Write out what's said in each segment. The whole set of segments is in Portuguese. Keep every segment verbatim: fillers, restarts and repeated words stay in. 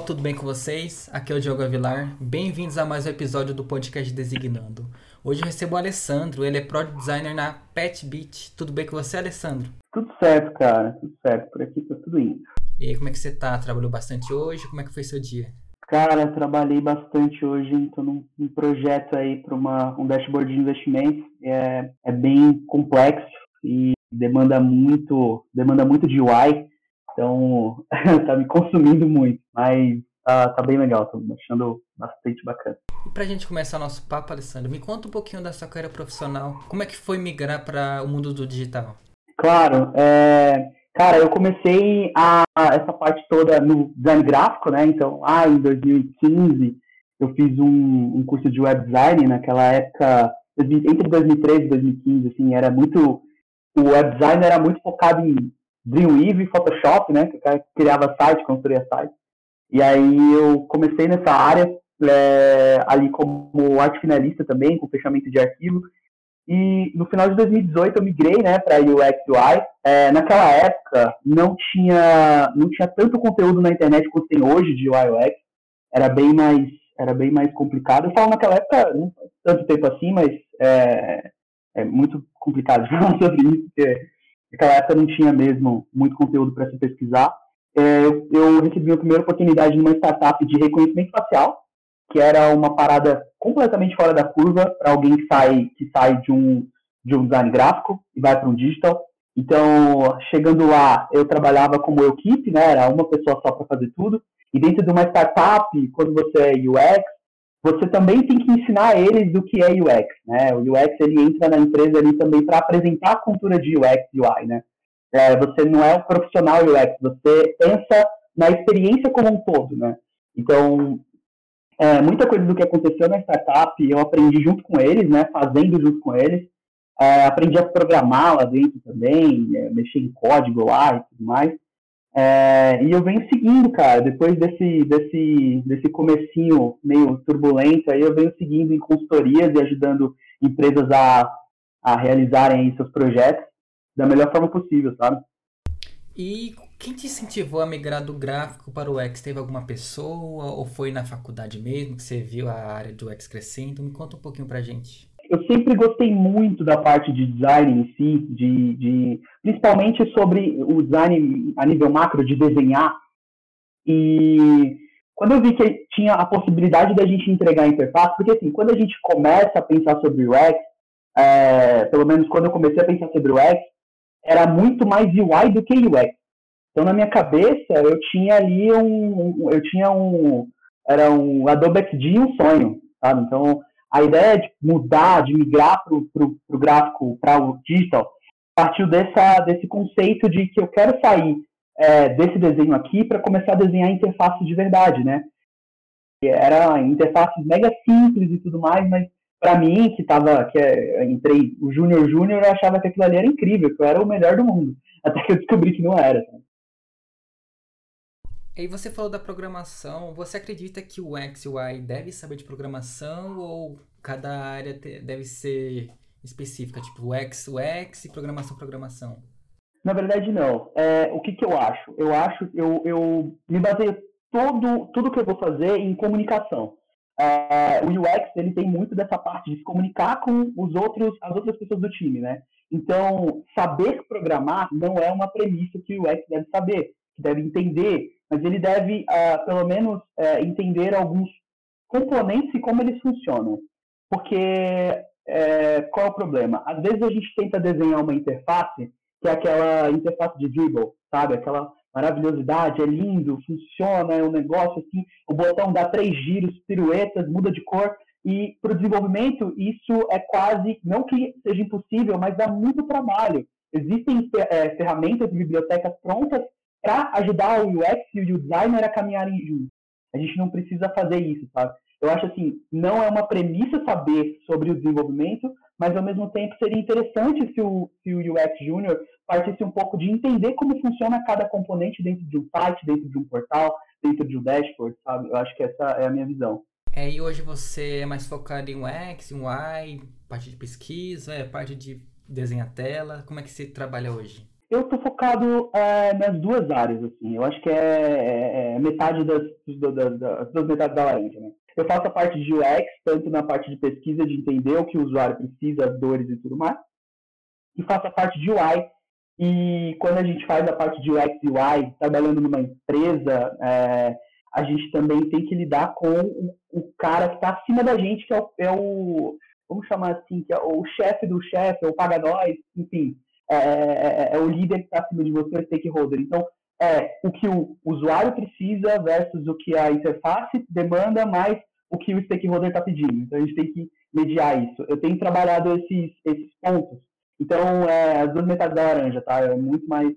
tudo bem com vocês? Aqui é o Diogo Avilar. Bem-vindos a mais um episódio do podcast Designando. Hoje eu recebo o Alessandro, ele é Product Designer na PetBit. Tudo bem com você, Alessandro? Tudo certo, cara. Tudo certo. Por aqui tá tudo indo. E aí, como é que você tá? Trabalhou bastante hoje? Como é que foi seu dia? Cara, trabalhei bastante hoje. Estou num, num projeto aí para um dashboard de investimentos. É, é bem complexo e demanda muito, demanda muito de U I. Então, tá me consumindo muito. Mas tá, tá bem legal. Tô achando bastante bacana. E pra gente começar nosso papo, Alessandro, me conta um pouquinho da sua carreira profissional. Como é que foi migrar para o mundo do digital? Claro, é, cara, eu comecei a, a essa parte toda no design gráfico, né? Então, ah, em dois mil e quinze eu fiz um, um curso de web design. Naquela época, entre dois mil e treze e dois mil e quinze, assim, era muito, o web design era muito focado em Dreamweaver e Photoshop, né? Que o cara criava site, construía site. E aí eu comecei nessa área, é, ali como arte finalista também, com fechamento de arquivo. E no final de dois mil e dezoito eu migrei, né, para U X U I. É, naquela época não tinha, não tinha tanto conteúdo na internet quanto tem hoje de U I U X. Era bem mais, era bem mais complicado. Eu falo naquela época, não faz tanto tempo assim, mas é, é muito complicado falar sobre isso, porque naquela época não tinha mesmo muito conteúdo para se pesquisar. É, eu, eu recebi a primeira oportunidade numa startup de reconhecimento facial, que era uma parada completamente fora da curva para alguém que sai, que sai de, um, de um design gráfico e vai para um digital. Então, chegando lá, eu trabalhava como equipe, né? Era uma pessoa só para fazer tudo. E dentro de uma startup, quando você é U X, você também tem que ensinar eles o que é U X, né? O U X, ele entra na empresa ali também para apresentar a cultura de U X e U I, né? É, você não é um profissional U X, você pensa na experiência como um todo, né? Então, É, muita coisa do que aconteceu na startup eu aprendi junto com eles, né, fazendo junto com eles. É, aprendi a programar lá dentro também, é, mexer em código lá e tudo mais. É, e eu venho seguindo, cara, depois desse, desse, desse comecinho meio turbulento, aí eu venho seguindo em consultorias e ajudando empresas a, a realizarem seus projetos da melhor forma possível, sabe? E quem te incentivou a migrar do gráfico para o U X? Teve alguma pessoa ou foi na faculdade mesmo que você viu a área do U X crescendo? Me conta um pouquinho pra gente. Eu sempre gostei muito da parte de design em si, de, de, principalmente sobre o design a nível macro, de desenhar. E quando eu vi que tinha a possibilidade da gente entregar a interface, porque assim, quando a gente começa a pensar sobre o U X, é, pelo menos quando eu comecei a pensar sobre o U X, era muito mais U I do que U X. Então, na minha cabeça, eu tinha ali um, um eu tinha um, era um Adobe X D e um sonho, sabe? Então, a ideia de mudar, de migrar para o gráfico, para o digital, partiu dessa, desse conceito de que eu quero sair é, desse desenho aqui para começar a desenhar interfaces de verdade, né? Era interfaces mega simples e tudo mais, mas para mim, que tava, que é, entrei o Júnior Júnior, eu achava que aquilo ali era incrível, que eu era o melhor do mundo. Até que eu descobri que não era, sabe? E aí você falou da programação. Você acredita que o U X e o U I deve saber de programação ou cada área te- deve ser específica? Tipo, U X, U X e programação, programação. Na verdade, não. É, o que, que eu acho? Eu acho, eu, eu me baseio todo, tudo que eu vou fazer em comunicação. É, o U X, ele tem muito dessa parte de se comunicar com os outros, as outras pessoas do time, né? Então, saber programar não é uma premissa que o U X deve saber, que deve entender, mas ele deve, uh, pelo menos, uh, entender alguns componentes e como eles funcionam. Porque, é, qual é o problema? Às vezes a gente tenta desenhar uma interface que é aquela interface de dribble, sabe? Aquela maravilhosidade, é lindo, funciona, é um negócio assim, o botão dá três giros, piruetas, muda de cor, e para o desenvolvimento isso é quase, não que seja impossível, mas dá muito trabalho. Existem é, ferramentas e bibliotecas prontas para ajudar o U X e o designer a caminharem juntos. A gente não precisa fazer isso, sabe? Eu acho assim, não é uma premissa saber sobre o desenvolvimento, mas ao mesmo tempo seria interessante se o, se o U X Júnior partisse um pouco de entender como funciona cada componente dentro de um site, dentro de um portal, dentro de um dashboard, sabe? Eu acho que essa é a minha visão. É, e hoje você é mais focado em U X, em U I, parte de pesquisa, é, parte de desenhar tela. Como é que você trabalha hoje? Eu estou focado é, nas duas áreas, assim. Eu acho que é, é- é metade das, das, das duas metades da laranja, né? Eu faço a parte de U X, tanto na parte de pesquisa, de entender o que o usuário precisa, as dores e tudo mais, e faço a parte de U I. E quando a gente faz a parte de U X e U I, trabalhando numa empresa, é, a gente também tem que lidar com o, o cara que está acima da gente, que é o, é o, vamos chamar assim, que é o chefe do chefe, é o paga-nós, enfim, é, é, é o líder que está acima de você, o stakeholder. Então, é o que o usuário precisa versus o que a interface demanda, mais o que o stakeholder está pedindo. Então, a gente tem que mediar isso. Eu tenho trabalhado esses, esses pontos. Então, é, as duas metades da laranja, tá? É muito mais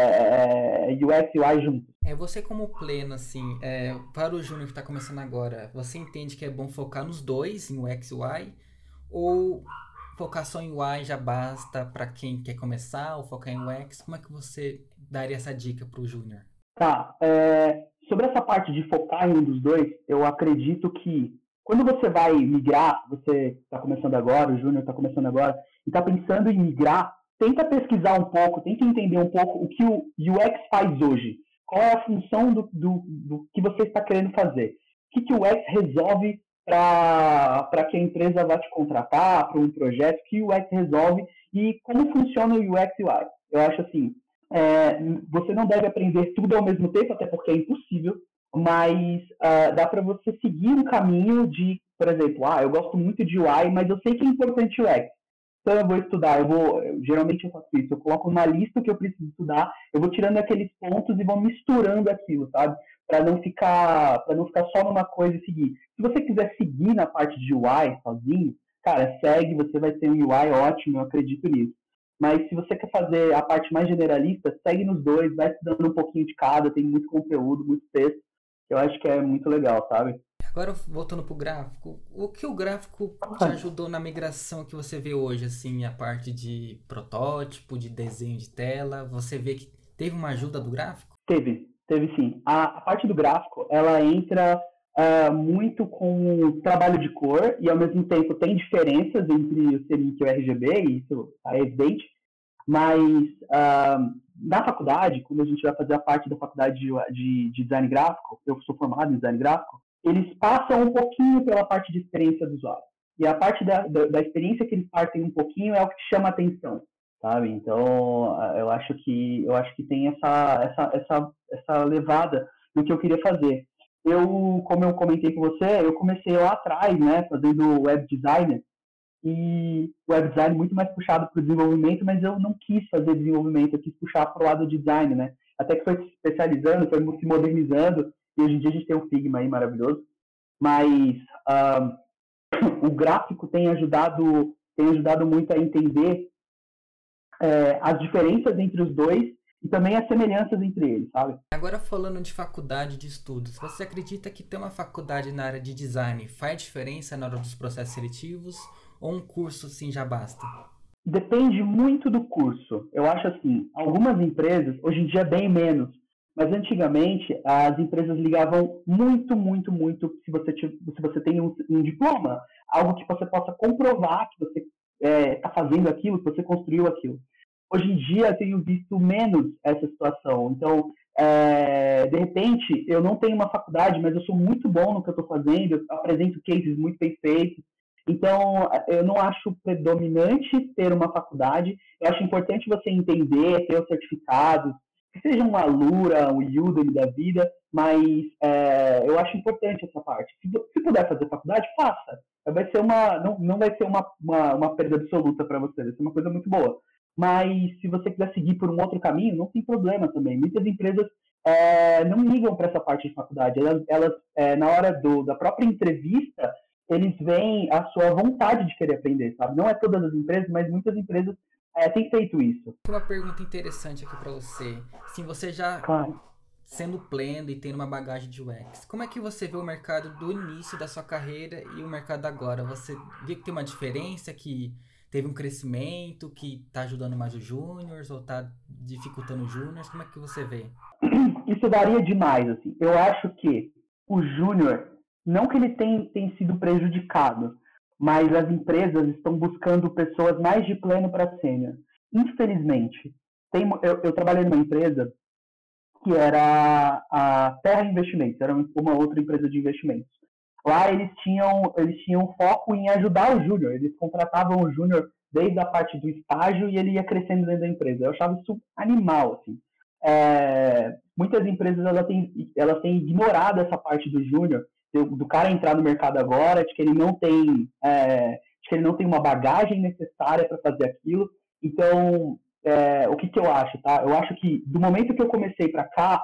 é, U X e U I juntos. É, você como pleno, assim, é, para o júnior que está começando agora, você entende que é bom focar nos dois, em U X e U I? Ou focar só em U I já basta para quem quer começar, ou focar em U X? Como é que você daria essa dica para o júnior? Tá. É, sobre essa parte de focar em um dos dois, eu acredito que quando você vai migrar, você está começando agora, o júnior está começando agora, e está pensando em migrar, tenta pesquisar um pouco, tenta entender um pouco o que o U X faz hoje. Qual é a função do, do, do que você está querendo fazer? O que, que o U X resolve para que a empresa vá te contratar, para um projeto? O que o U X resolve e como funciona o U X e U I? Eu acho assim, é, você não deve aprender tudo ao mesmo tempo, até porque é impossível, mas uh, dá para você seguir um caminho de, por exemplo, ah, eu gosto muito de U I, mas eu sei que é importante o U X. Então eu vou estudar, eu vou, eu, geralmente eu faço isso, eu coloco uma lista que eu preciso estudar, eu vou tirando aqueles pontos e vou misturando aquilo, sabe? Para não ficar, para não ficar só numa coisa e seguir. Se você quiser seguir na parte de U I sozinho, cara, segue, você vai ter um U I ótimo, eu acredito nisso. Mas se você quer fazer a parte mais generalista, segue nos dois, vai estudando um pouquinho de cada, tem muito conteúdo, muito texto. Eu acho que é muito legal, sabe? Agora, voltando pro gráfico, o que o gráfico te ajudou na migração que você vê hoje, assim, a parte de protótipo, de desenho de tela, você vê que teve uma ajuda do gráfico? Teve, teve sim. A, a parte do gráfico, ela entra uh, muito com o trabalho de cor e, ao mesmo tempo, tem diferenças entre o Selic e o R G B, e isso é evidente, mas uh, na faculdade, quando a gente vai fazer a parte da faculdade de, de, de design gráfico, eu sou formado em design gráfico, eles passam um pouquinho pela parte de experiência do usuário. E a parte da, da, da experiência que eles partem um pouquinho é o que chama a atenção, sabe? Então, eu acho que, eu acho que tem essa, essa, essa, essa levada no que eu queria fazer. Eu, como eu comentei com você, eu comecei lá atrás, né, fazendo web designer, e web design muito mais puxado para o desenvolvimento, mas eu não quis fazer desenvolvimento, eu quis puxar para o lado de design, né? Até que foi se especializando, foi se modernizando, e hoje em dia a gente tem um Figma aí maravilhoso, mas um, o gráfico tem ajudado, tem ajudado muito a entender é, as diferenças entre os dois e também as semelhanças entre eles, sabe? Agora falando de faculdade de estudos, você acredita que ter uma faculdade na área de design faz diferença na hora dos processos seletivos ou um curso assim já basta? Depende muito do curso. Eu acho assim, algumas empresas, hoje em dia bem menos, mas antigamente as empresas ligavam muito, muito, muito se você, se você tem um, um diploma, algo que você possa comprovar que você está é, fazendo aquilo, que você construiu aquilo. Hoje em dia eu tenho visto menos essa situação. Então, é, de repente, eu não tenho uma faculdade, mas eu sou muito bom no que eu estou fazendo, eu apresento cases muito bem feitos. Então, eu não acho predominante ter uma faculdade. Eu acho importante você entender, ter os certificados, que seja um Alura, um Udemy da vida, mas é, eu acho importante essa parte. Se, se puder fazer faculdade, faça. Vai ser uma, não, não vai ser uma, uma, uma perda absoluta para você, vai ser uma coisa muito boa. Mas se você quiser seguir por um outro caminho, não tem problema também. Muitas empresas é, não ligam para essa parte de faculdade. Elas, elas é, na hora do, da própria entrevista, eles veem a sua vontade de querer aprender, sabe? Não é todas as empresas, mas muitas empresas é, têm feito isso. Uma pergunta interessante aqui para você. Sim, você já claro. sendo pleno e tendo uma bagagem de U X, como é que você vê o mercado do início da sua carreira e o mercado agora? Você vê que tem uma diferença, que teve um crescimento, que está ajudando mais os júniors ou está dificultando os júniors? Como é que você vê? Isso varia demais, assim. Eu acho que o júnior, não que ele tenha, tenha sido prejudicado, mas as empresas estão buscando pessoas mais de pleno para sênior. Infelizmente, tem, eu, eu trabalhei numa empresa que era a Terra Investimentos, era uma outra empresa de investimentos. Lá eles tinham, eles tinham foco em ajudar o júnior, eles contratavam o júnior desde a parte do estágio e ele ia crescendo dentro da empresa. Eu achava isso animal, assim. É, muitas empresas elas têm, elas têm ignorado essa parte do júnior, do, do cara entrar no mercado agora, de que ele não tem, é, de que ele não tem uma bagagem necessária para fazer aquilo. Então, é, o que, que eu acho, tá? Eu acho que do momento que eu comecei para cá,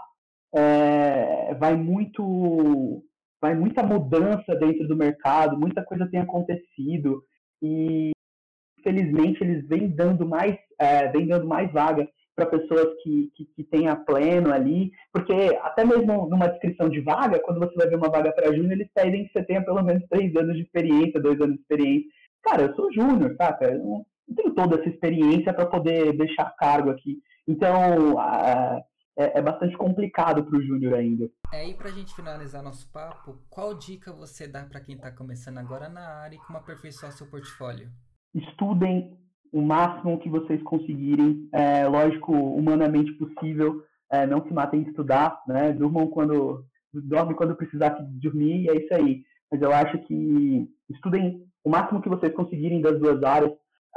é, vai muito, vai muita mudança dentro do mercado, muita coisa tem acontecido e felizmente eles vêm dando mais, é, vêm dando mais vaga para pessoas que, que, que têm a pleno ali, porque até mesmo numa descrição de vaga, quando você vai ver uma vaga para júnior, eles pedem que você tenha pelo menos três anos de experiência, dois anos de experiência. Cara, eu sou júnior, saca? Eu não, não tenho toda essa experiência para poder deixar cargo aqui. Então, a, é, é bastante complicado para o júnior ainda. É, e pra gente finalizar nosso papo, qual dica você dá para quem está começando agora na área e como aperfeiçoar seu portfólio? Estudem o máximo que vocês conseguirem, é, lógico, humanamente possível, é, não se matem de estudar, né? Durmam quando, dorme quando precisar dormir, e é isso aí. Mas eu acho que estudem o máximo que vocês conseguirem das duas áreas.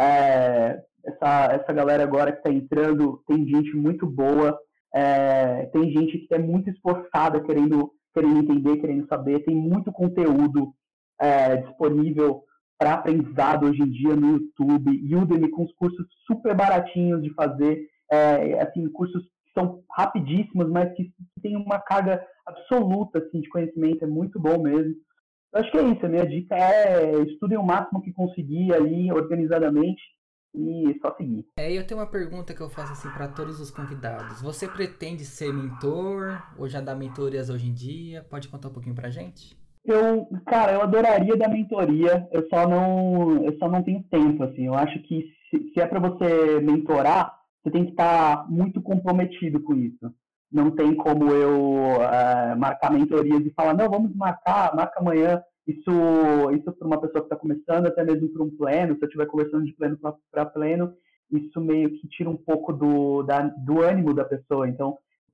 É, essa, essa galera agora que está entrando, tem gente muito boa, é, tem gente que é muito esforçada querendo, querendo entender, querendo saber, tem muito conteúdo é, disponível para aprendizado hoje em dia no YouTube, Udemy com os cursos super baratinhos de fazer, é, assim, cursos que são rapidíssimos, mas que, que tem uma carga absoluta assim, de conhecimento, é muito bom mesmo. Eu acho que é isso, a minha dica é estudem o máximo que conseguir ali, organizadamente, e só seguir. É, eu tenho uma pergunta que eu faço assim para todos os convidados. Você pretende ser mentor ou já dá mentorias hoje em dia? Pode contar um pouquinho pra gente? Eu, cara, eu adoraria dar mentoria, eu só não, eu só não tenho tempo, assim. Eu acho que se, se é para você mentorar, você tem que estar muito comprometido com isso. Não tem como eu uh, marcar mentorias e falar, não, vamos marcar, marca amanhã. Isso, isso para uma pessoa que está começando, até mesmo para um pleno, se eu estiver conversando de pleno para pleno, isso meio que tira um pouco do, da, do ânimo da pessoa. Então,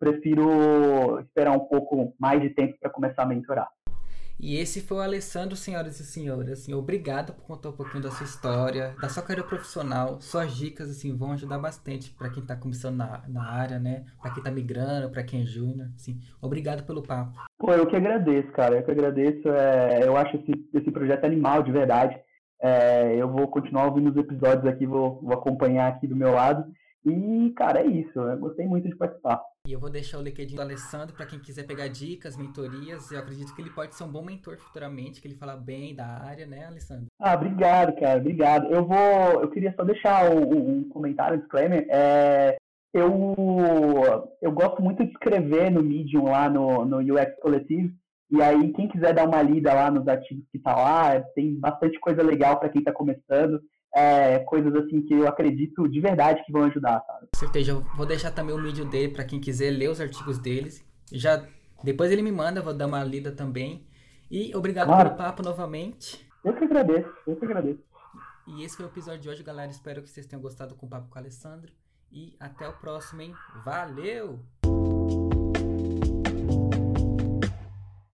prefiro esperar um pouco mais de tempo para começar a mentorar. E esse foi o Alessandro, senhoras e senhores. Assim, obrigado por contar um pouquinho da sua história, da sua carreira profissional. Suas dicas assim, vão ajudar bastante para quem está começando na, na área, né? Para quem está migrando, para quem é júnior. Assim, obrigado pelo papo. Pô, eu que agradeço, cara. Eu que agradeço. É, eu acho esse, esse projeto animal, de verdade. É, eu vou continuar ouvindo os episódios aqui, vou, vou acompanhar aqui do meu lado. E, cara, é isso. Eu gostei muito de participar. E eu vou deixar o LinkedIn do Alessandro para quem quiser pegar dicas, mentorias. Eu acredito que ele pode ser um bom mentor futuramente, que ele fala bem da área, né, Alessandro? Ah, obrigado, cara. Obrigado. Eu vou. Eu queria só deixar um, um comentário, um disclaimer. É, eu, eu gosto muito de escrever no Medium lá no, no U X Coletivo. E aí, quem quiser dar uma lida lá nos artigos que tá lá, tem bastante coisa legal para quem está começando. É, coisas assim que eu acredito de verdade que vão ajudar, sabe? Com certeza, eu vou deixar também o vídeo dele para quem quiser ler os artigos deles. Já depois ele me manda, eu vou dar uma lida também. E obrigado claro. pelo papo novamente. Eu que agradeço, eu que agradeço. E esse foi o episódio de hoje, galera. Espero que vocês tenham gostado com o papo com o Alessandro. E até o próximo, hein? Valeu!